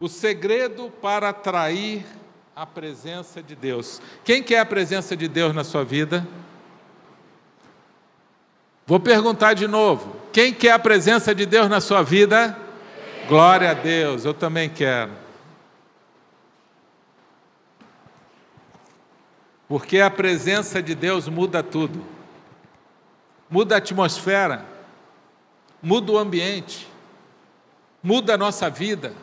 O segredo para atrair a presença de Deus. Quem quer a presença de Deus na sua vida? Vou perguntar de novo. Quem quer a presença de Deus na sua vida? Glória a Deus, eu também quero. Porque a presença de Deus muda tudo. Muda a atmosfera, muda o ambiente, muda a nossa vida.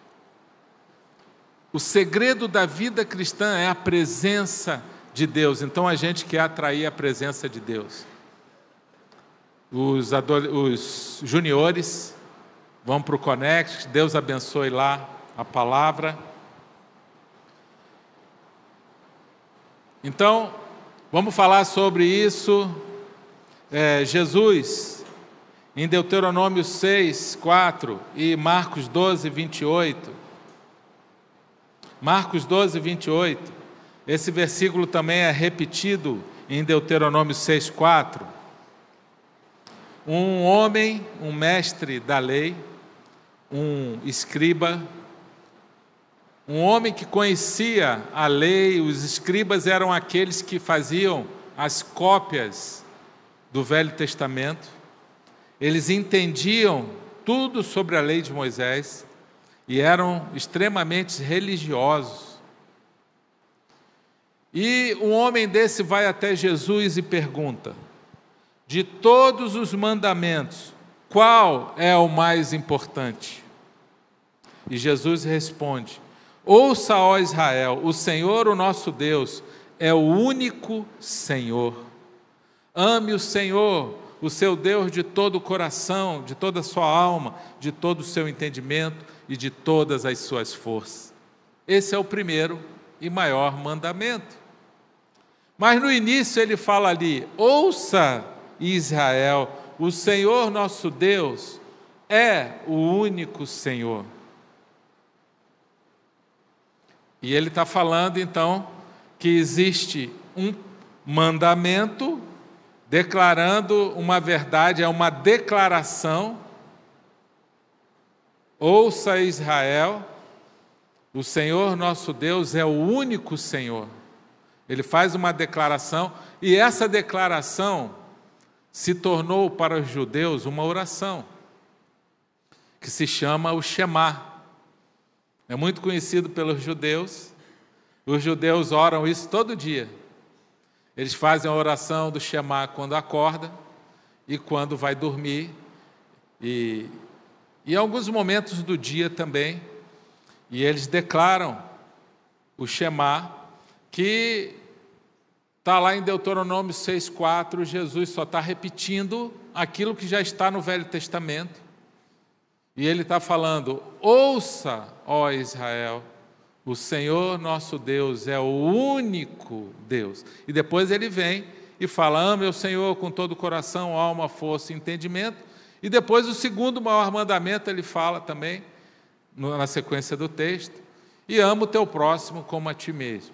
O segredo da vida cristã é a presença de Deus. Então a gente quer atrair a presença de Deus. Os juniores vão para o Connect, Deus abençoe lá a palavra. Então, vamos falar sobre isso. Jesus, em Deuteronômio 6, 4 e Marcos 12, 28. Marcos 12, 28. Esse versículo também é repetido em Deuteronômio 6, 4. Um homem, um mestre da lei, um escriba, um homem que conhecia a lei. Os escribas eram aqueles que faziam as cópias do Velho Testamento. Eles entendiam tudo sobre a lei de Moisés e eram extremamente religiosos. E um homem desse vai até Jesus e pergunta: de todos os mandamentos, qual é o mais importante? E Jesus responde: ouça, ó Israel, o Senhor, o nosso Deus, é o único Senhor. Ame o Senhor, o seu Deus, de todo o coração, de toda a sua alma, de todo o seu entendimento e de todas as suas forças. Esse é o primeiro e maior mandamento. Mas no início ele fala ali: ouça, Israel, o Senhor nosso Deus é o único Senhor. E ele está falando então que existe um mandamento declarando uma verdade, é uma declaração. Ouça, Israel, o Senhor nosso Deus é o único Senhor. Ele faz uma declaração, e essa declaração se tornou para os judeus uma oração, que se chama o Shema. É muito conhecido pelos judeus. Os judeus oram isso todo dia. Eles fazem a oração do Shema quando acorda e quando vai dormir. E em alguns momentos do dia também. E eles declaram o Shema, que está lá em Deuteronômio 6,4. Jesus só está repetindo aquilo que já está no Velho Testamento. E ele está falando: ouça, ó Israel, o Senhor nosso Deus é o único Deus. E depois ele vem e fala: ame o Senhor com todo o coração, alma, força e entendimento. E depois o segundo maior mandamento ele fala também, na sequência do texto: e ama o teu próximo como a ti mesmo.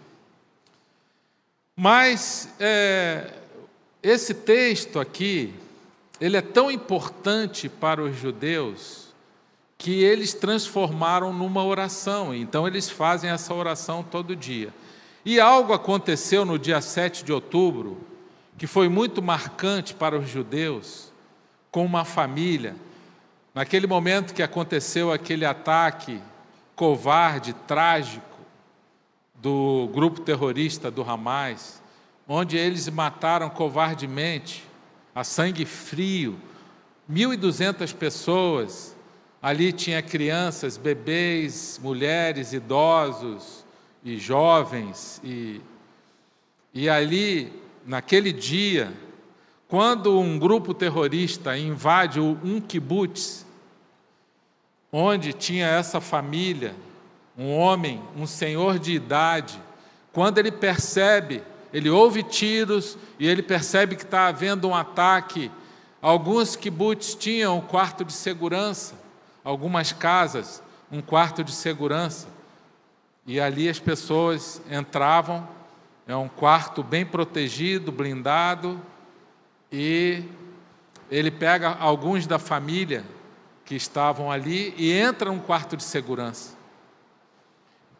Mas esse texto aqui, ele é tão importante para os judeus que eles transformaram numa oração. Então eles fazem essa oração todo dia. E algo aconteceu no dia 7 de outubro, que foi muito marcante para os judeus, com uma família. Naquele momento que aconteceu aquele ataque covarde, trágico, do grupo terrorista do Hamas, onde eles mataram covardemente, a sangue frio, 1.200 pessoas. Ali tinha crianças, bebês, mulheres, idosos e jovens. E ali, naquele dia, quando um grupo terrorista invade um kibutz, onde tinha essa família, um homem, um senhor de idade, quando ele percebe, ele ouve tiros e ele percebe que está havendo um ataque. Alguns kibutz tinham um quarto de segurança, algumas casas, um quarto de segurança, e ali as pessoas entravam. É um quarto bem protegido, blindado, e ele pega alguns da família que estavam ali e entra num quarto de segurança.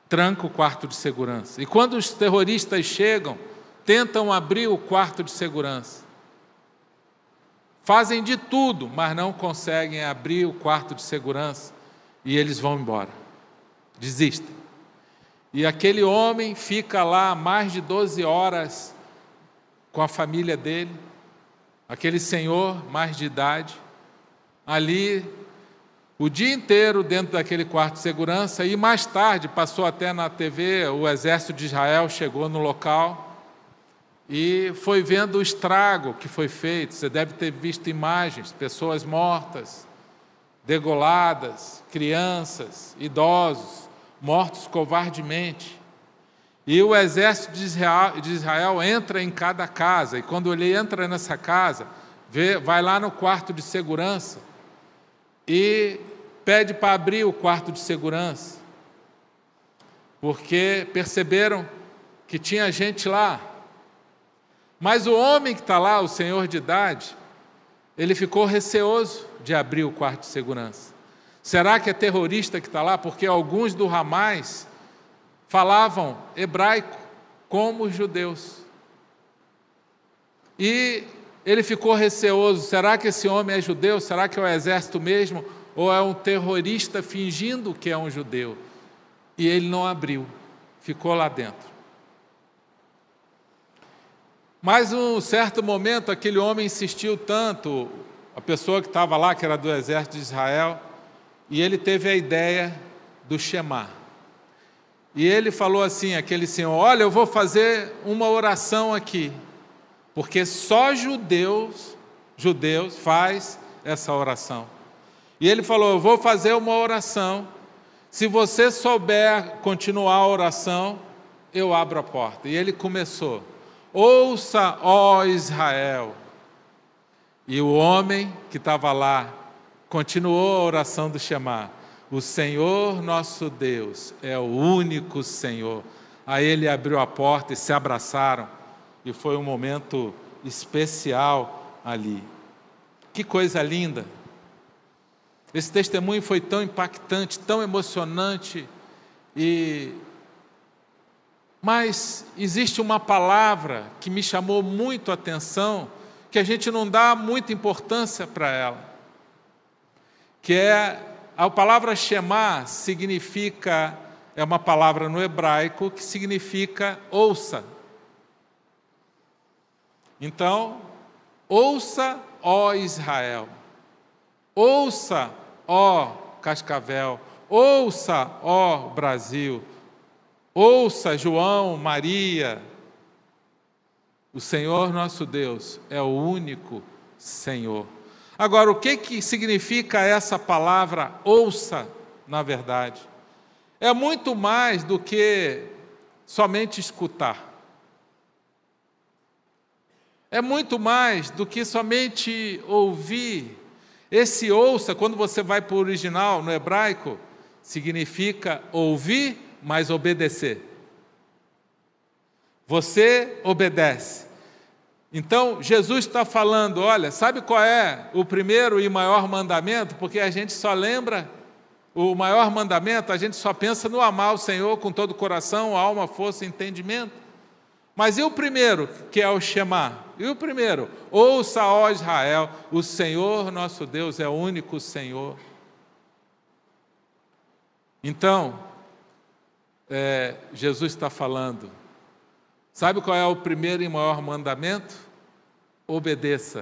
tranca o quarto de segurança. E quando os terroristas chegam, tentam abrir o quarto de segurança. Fazem de tudo, mas não conseguem abrir o quarto de segurança e eles vão embora. Desistem. E aquele homem fica lá mais de 12 horas com a família dele, aquele senhor mais de idade, ali o dia inteiro dentro daquele quarto de segurança, e mais tarde passou até na TV, o exército de Israel chegou no local e foi vendo o estrago que foi feito. Você deve ter visto imagens, pessoas mortas, degoladas, crianças, idosos, mortos covardemente. E o exército de Israel entra em cada casa, e quando ele entra nessa casa, vai lá no quarto de segurança e pede para abrir o quarto de segurança, porque perceberam que tinha gente lá. Mas o homem que está lá, o senhor de idade, ele ficou receoso de abrir o quarto de segurança. Será que é terrorista que está lá? Porque alguns do Hamas falavam hebraico como os judeus. E ele ficou receoso. Será que esse homem é judeu? Será que é o exército mesmo? Ou é um terrorista fingindo que é um judeu? E ele não abriu, ficou lá dentro. Mas um certo momento, aquele homem insistiu tanto, a pessoa que estava lá, que era do exército de Israel, e ele teve a ideia do Shema. E ele falou assim, aquele senhor: olha, eu vou fazer uma oração aqui, porque só judeus faz essa oração. E ele falou: eu vou fazer uma oração, se você souber continuar a oração, eu abro a porta. E ele começou: ouça, ó Israel. E o homem que estava lá continuou a oração do Shema: o Senhor nosso Deus é o único Senhor. Aí ele abriu a porta e se abraçaram, e foi um momento especial ali. Que coisa linda! Esse testemunho foi tão impactante, tão emocionante, mas existe uma palavra que me chamou muito a atenção, que a gente não dá muita importância para ela, que é a palavra Shema. Significa, é uma palavra no hebraico que significa ouça. Então, ouça, ó Israel, ouça, ó Cascavel, ouça, ó Brasil, ouça, João, Maria. O Senhor nosso Deus é o único Senhor. Agora, o que significa essa palavra ouça, na verdade? É muito mais do que somente escutar. É muito mais do que somente ouvir. Esse ouça, quando você vai para o original, no hebraico, significa ouvir, mas obedecer. Você obedece. Então, Jesus está falando, olha, sabe qual é o primeiro e maior mandamento? Porque a gente só lembra o maior mandamento, a gente só pensa no amar o Senhor com todo o coração, alma, força e entendimento. Mas e o primeiro, que é o Shema? E o primeiro, ouça, ó Israel, o Senhor nosso Deus é o único Senhor. Então, Jesus está falando, sabe qual é o primeiro e maior mandamento? Obedeça.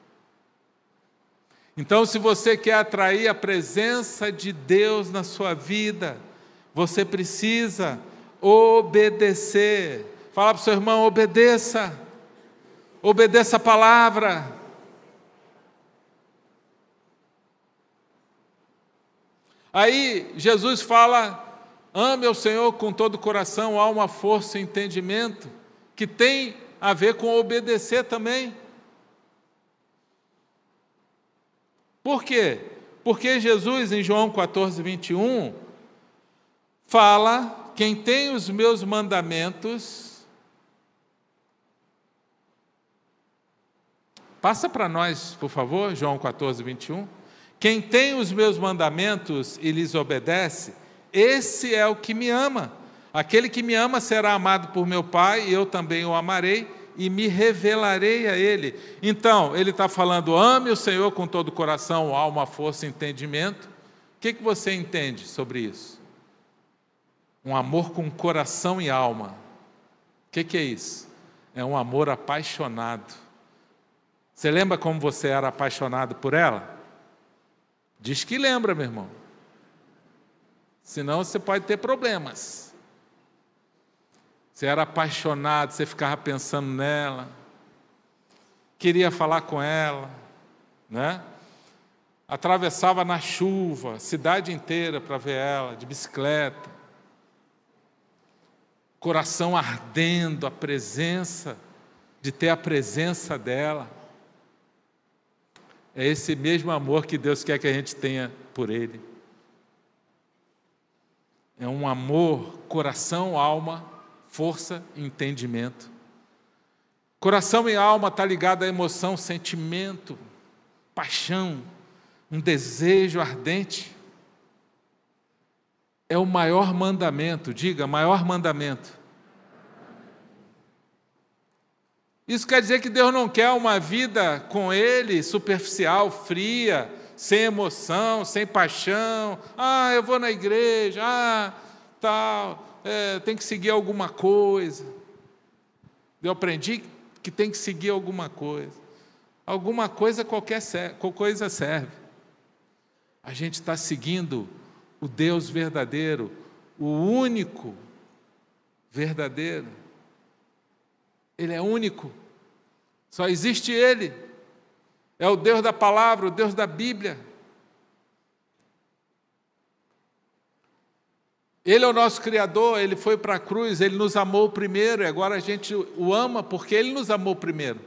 Então, se você quer atrair a presença de Deus na sua vida, você precisa obedecer. Fala para o seu irmão: obedeça. Obedeça a palavra. Aí Jesus fala: ame ao Senhor com todo o coração, alma, força e entendimento, que tem a ver com obedecer também. Por quê? Porque Jesus, em João 14, 21, fala: quem tem os meus mandamentos... Passa para nós, por favor, João 14, 21. Quem tem os meus mandamentos e lhes obedece, esse é o que me ama. Aquele que me ama será amado por meu Pai, e eu também o amarei e me revelarei a ele. Então, ele está falando, ame o Senhor com todo o coração, alma, força e entendimento. O que você entende sobre isso? Um amor com coração e alma. O que é isso? É um amor apaixonado. Você lembra como você era apaixonado por ela? Diz que lembra, meu irmão. Senão você pode ter problemas. Você era apaixonado, você ficava pensando nela, queria falar com ela, né? Atravessava na chuva, a cidade inteira para ver ela, de bicicleta. Coração ardendo, de ter a presença dela. É esse mesmo amor que Deus quer que a gente tenha por Ele. É um amor, coração, alma, força e entendimento. Coração e alma está ligado à emoção, sentimento, paixão, um desejo ardente. É o maior mandamento, diga, maior mandamento. Isso quer dizer que Deus não quer uma vida com Ele superficial, fria, sem emoção, sem paixão. Eu vou na igreja, tal, tem que seguir alguma coisa. Eu aprendi que tem que seguir alguma coisa. Alguma coisa, qualquer coisa serve. A gente está seguindo o Deus verdadeiro, o único verdadeiro. Ele é único, só existe Ele. É o Deus da palavra, o Deus da Bíblia. Ele é o nosso Criador, Ele foi para a cruz, Ele nos amou primeiro, e agora a gente o ama porque Ele nos amou primeiro.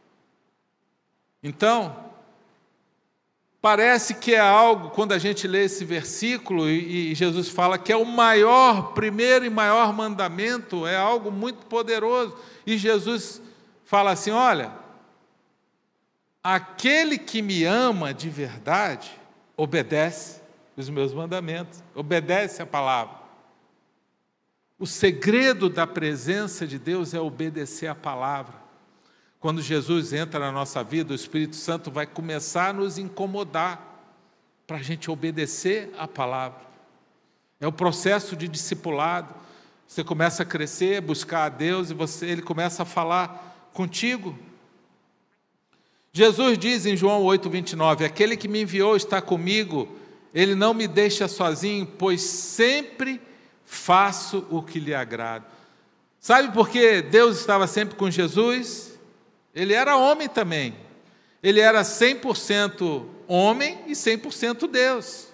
Então, parece que é algo, quando a gente lê esse versículo, e Jesus fala que é o primeiro e maior mandamento, é algo muito poderoso. E Jesus fala assim, olha, aquele que me ama de verdade, obedece os meus mandamentos, obedece a palavra. O segredo da presença de Deus é obedecer a palavra. Quando Jesus entra na nossa vida, o Espírito Santo vai começar a nos incomodar para a gente obedecer a palavra. É o processo de discipulado. Você começa a crescer, buscar a Deus e Ele começa a falar contigo. Jesus diz em João 8:29, aquele que me enviou está comigo, Ele não me deixa sozinho, pois sempre faço o que lhe agrada. Sabe por que Deus estava sempre com Jesus? Ele era homem também. Ele era 100% homem e 100% Deus.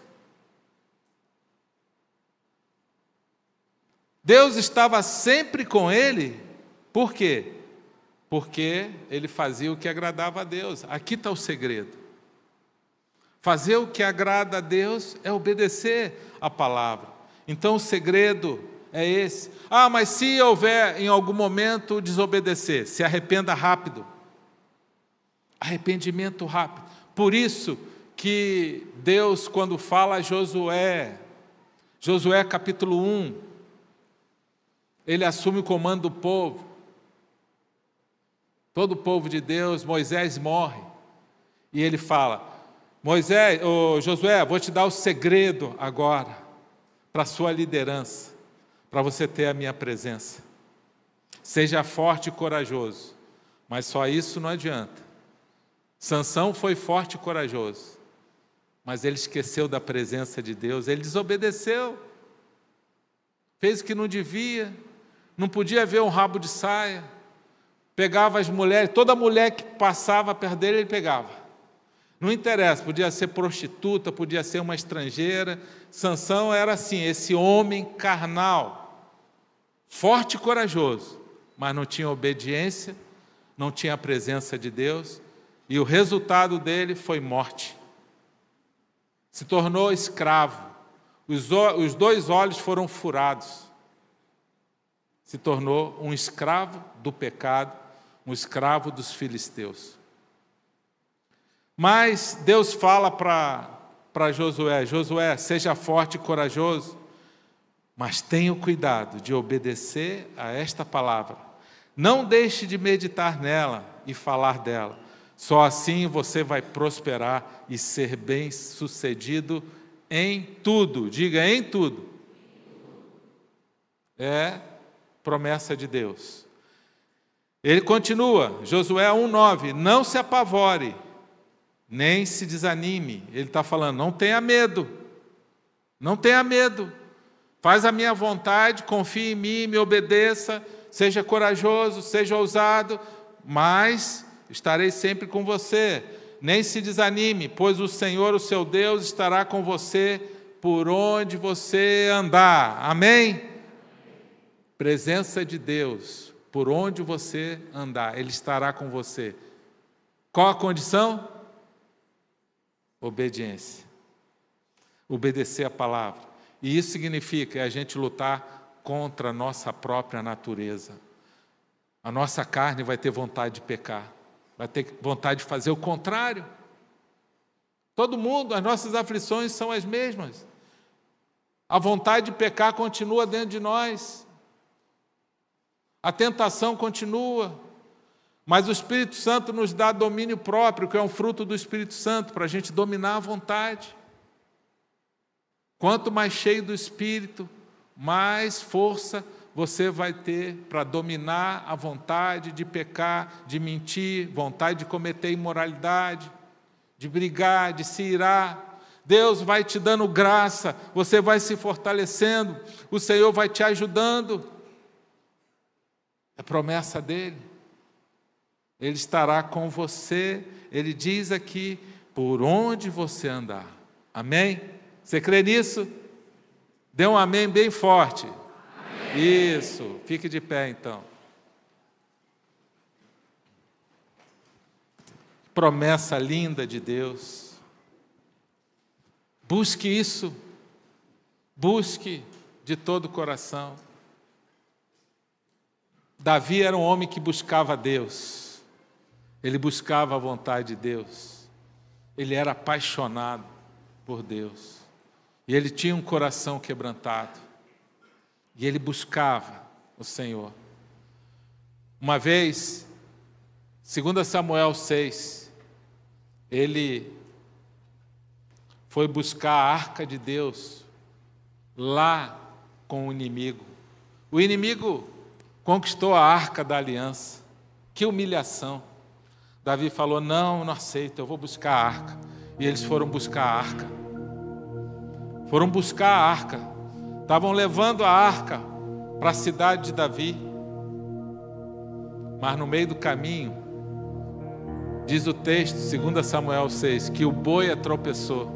Deus estava sempre com ele. Por quê? Porque ele fazia o que agradava a Deus. Aqui está o segredo. Fazer o que agrada a Deus é obedecer a palavra. Então o segredo é esse. Mas se houver em algum momento desobedecer, se arrependa rápido. Arrependimento rápido. Por isso que Deus, quando fala a Josué capítulo 1, ele assume o comando do povo. Todo o povo de Deus, Moisés morre. E ele fala, Josué, vou te dar o segredo agora, para a sua liderança, para você ter a minha presença. Seja forte e corajoso. Mas só isso não adianta. Sansão foi forte e corajoso, mas ele esqueceu da presença de Deus, ele desobedeceu, fez o que não devia, não podia ver um rabo de saia, pegava as mulheres, toda mulher que passava perto dele, ele pegava. Não interessa, podia ser prostituta, podia ser uma estrangeira. Sansão era assim, esse homem carnal, forte e corajoso, mas não tinha obediência, não tinha a presença de Deus, e o resultado dele foi morte. Se tornou escravo, os 2 olhos foram furados, se tornou um escravo do pecado, um escravo dos filisteus. Mas Deus fala para Josué, seja forte e corajoso, Mas tenha o cuidado de obedecer a esta palavra. Não deixe de meditar nela e falar dela. Só assim você vai prosperar e ser bem-sucedido em tudo. Diga, em tudo. É promessa de Deus. Ele continua, Josué 1,9, não se apavore, nem se desanime. Ele está falando, não tenha medo, não tenha medo. Faz a minha vontade, confie em mim, me obedeça, seja corajoso, seja ousado, mas estarei sempre com você. Nem se desanime, pois o Senhor, o seu Deus, estará com você por onde você andar. Amém? Presença de Deus, por onde você andar, Ele estará com você. Qual a condição? Obediência. Obedecer a palavra. E isso significa a gente lutar contra a nossa própria natureza. A nossa carne vai ter vontade de pecar, vai ter vontade de fazer o contrário. Todo mundo, as nossas aflições são as mesmas. A vontade de pecar continua dentro de nós. A tentação continua, mas o Espírito Santo nos dá domínio próprio, que é um fruto do Espírito Santo, para a gente dominar a vontade. Quanto mais cheio do Espírito, mais força você vai ter para dominar a vontade de pecar, de mentir, vontade de cometer imoralidade, de brigar, de se irar. Deus vai te dando graça, você vai se fortalecendo, o Senhor vai te ajudando. É promessa dele. Ele estará com você. Ele diz aqui, por onde você andar. Amém? Você crê nisso? Dê um amém bem forte. Amém. Isso. Fique de pé, então. Promessa linda de Deus. Busque isso. Busque de todo o coração. Davi era um homem que buscava Deus, ele buscava a vontade de Deus, ele era apaixonado por Deus, e ele tinha um coração quebrantado, e ele buscava o Senhor. Uma vez, 2 Samuel 6, ele foi buscar a arca de Deus lá com o inimigo. O inimigo conquistou a arca da aliança. Que humilhação. Davi falou, não aceito, eu vou buscar a arca. E eles foram buscar a arca. Foram buscar a arca. Estavam levando a arca para a cidade de Davi. Mas no meio do caminho, diz o texto, 2 Samuel 6, que o boi tropeçou.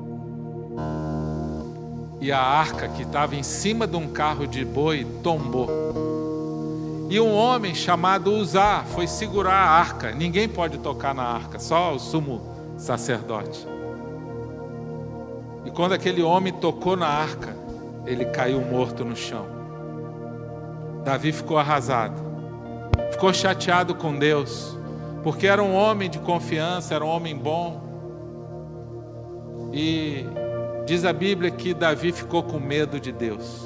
E a arca que estava em cima de um carro de boi tombou. E um homem chamado Uzá foi segurar a arca. Ninguém pode tocar na arca, só o sumo sacerdote. E quando aquele homem tocou na arca, ele caiu morto no chão. Davi ficou arrasado, ficou chateado com Deus, porque era um homem de confiança, era um homem bom. E diz a Bíblia que Davi ficou com medo de Deus.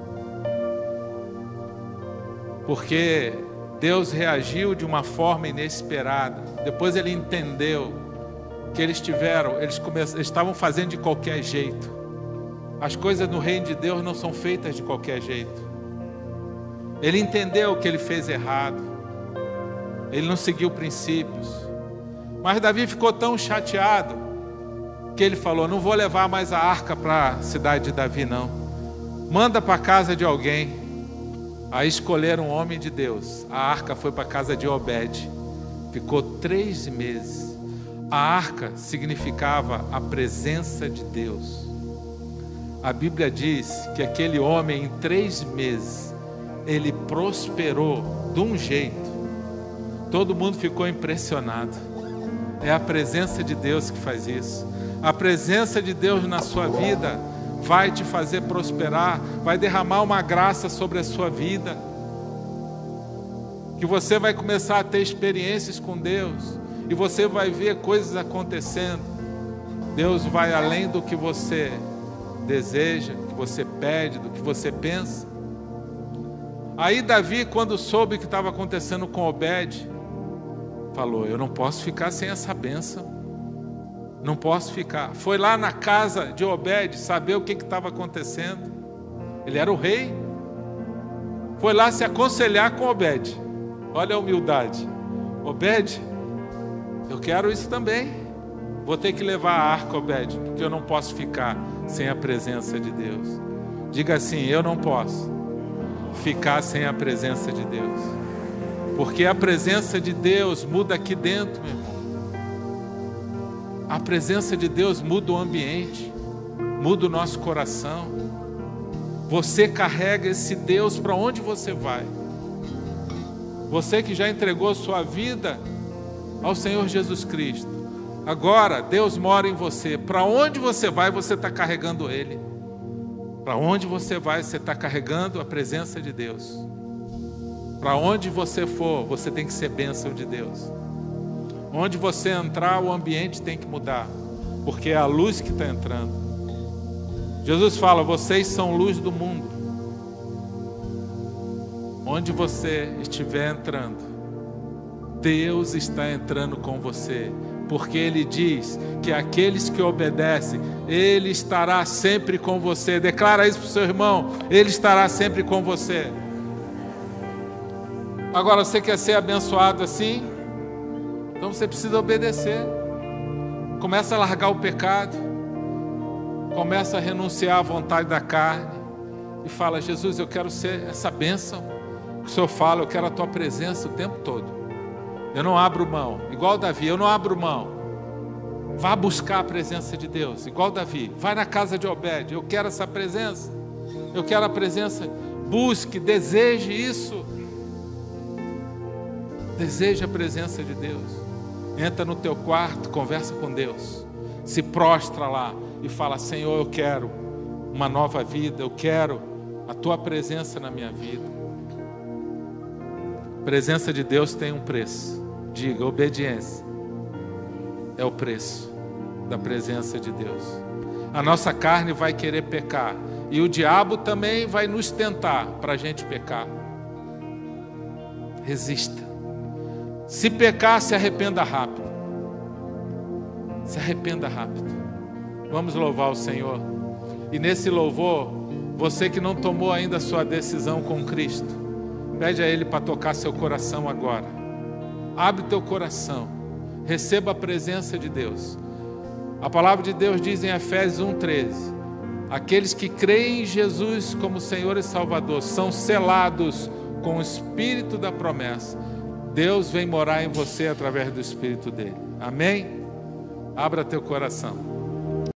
Porque Deus reagiu de uma forma inesperada. Depois ele entendeu que eles estavam fazendo de qualquer jeito. As coisas no reino de Deus não são feitas de qualquer jeito. Ele entendeu que ele fez errado. Ele não seguiu princípios. Mas Davi ficou tão chateado que ele falou, não vou levar mais a arca para a cidade de Davi, não. Manda para a casa de alguém. Aí escolheram um homem de Deus. A arca foi para a casa de Obed. Ficou 3 meses. A arca significava a presença de Deus. A Bíblia diz que aquele homem, em 3 meses, ele prosperou de um jeito. Todo mundo ficou impressionado. É a presença de Deus que faz isso. A presença de Deus na sua vida vai te fazer prosperar, vai derramar uma graça sobre a sua vida, que você vai começar a ter experiências com Deus, e você vai ver coisas acontecendo. Deus vai além do que você deseja, que você pede, do que você pensa. Aí Davi, quando soube o que estava acontecendo com Obed, falou: eu não posso ficar sem essa bênção, não posso ficar. Foi lá na casa de Obed saber o que estava acontecendo. Ele era o rei. Foi lá se aconselhar com Obed. Olha a humildade. Obed, eu quero isso também. Vou ter que levar a arca, Obed, porque eu não posso ficar sem a presença de Deus. Diga assim: eu não posso ficar sem a presença de Deus, porque a presença de Deus muda aqui dentro, meu irmão. A presença de Deus muda o ambiente, muda o nosso coração. Você carrega esse Deus para onde você vai. Você que já entregou sua vida ao Senhor Jesus Cristo, agora Deus mora em você. Para onde você vai, você está carregando Ele. Para onde você vai, você está carregando a presença de Deus. Para onde você for, você tem que ser bênção de Deus. Onde você entrar, o ambiente tem que mudar, porque é a luz que está entrando. Jesus fala: vocês são luz do mundo. Onde você estiver entrando, Deus está entrando com você, porque Ele diz que aqueles que obedecem, Ele estará sempre com você. Declara isso para o seu irmão: Ele estará sempre com você. Agora, você quer ser abençoado assim? Então você precisa obedecer. Começa a largar o pecado, começa a renunciar à vontade da carne e fala: Jesus, eu quero ser essa bênção. O Senhor fala: eu quero a tua presença o tempo todo. Eu não abro mão, igual Davi, eu não abro mão. Vá buscar a presença de Deus, igual Davi. Vai na casa de Obed: eu quero essa presença, eu quero a presença. Busque, deseje isso. Deseje a presença de Deus. Entra no teu quarto, conversa com Deus, se prostra lá e fala: Senhor, eu quero uma nova vida, eu quero a tua presença na minha vida. A presença de Deus tem um preço. Diga: obediência é o preço da presença de Deus. A nossa carne vai querer pecar, e o diabo também vai nos tentar para a gente pecar. Resista. Se pecar, se arrependa rápido. Se arrependa rápido. Vamos louvar o Senhor. E nesse louvor, você que não tomou ainda a sua decisão com Cristo, pede a Ele para tocar seu coração agora. Abre teu coração. Receba a presença de Deus. A palavra de Deus diz em Efésios 1:13: aqueles que creem em Jesus como Senhor e Salvador são selados com o Espírito da promessa. Deus vem morar em você através do Espírito dele. Amém? Abra teu coração.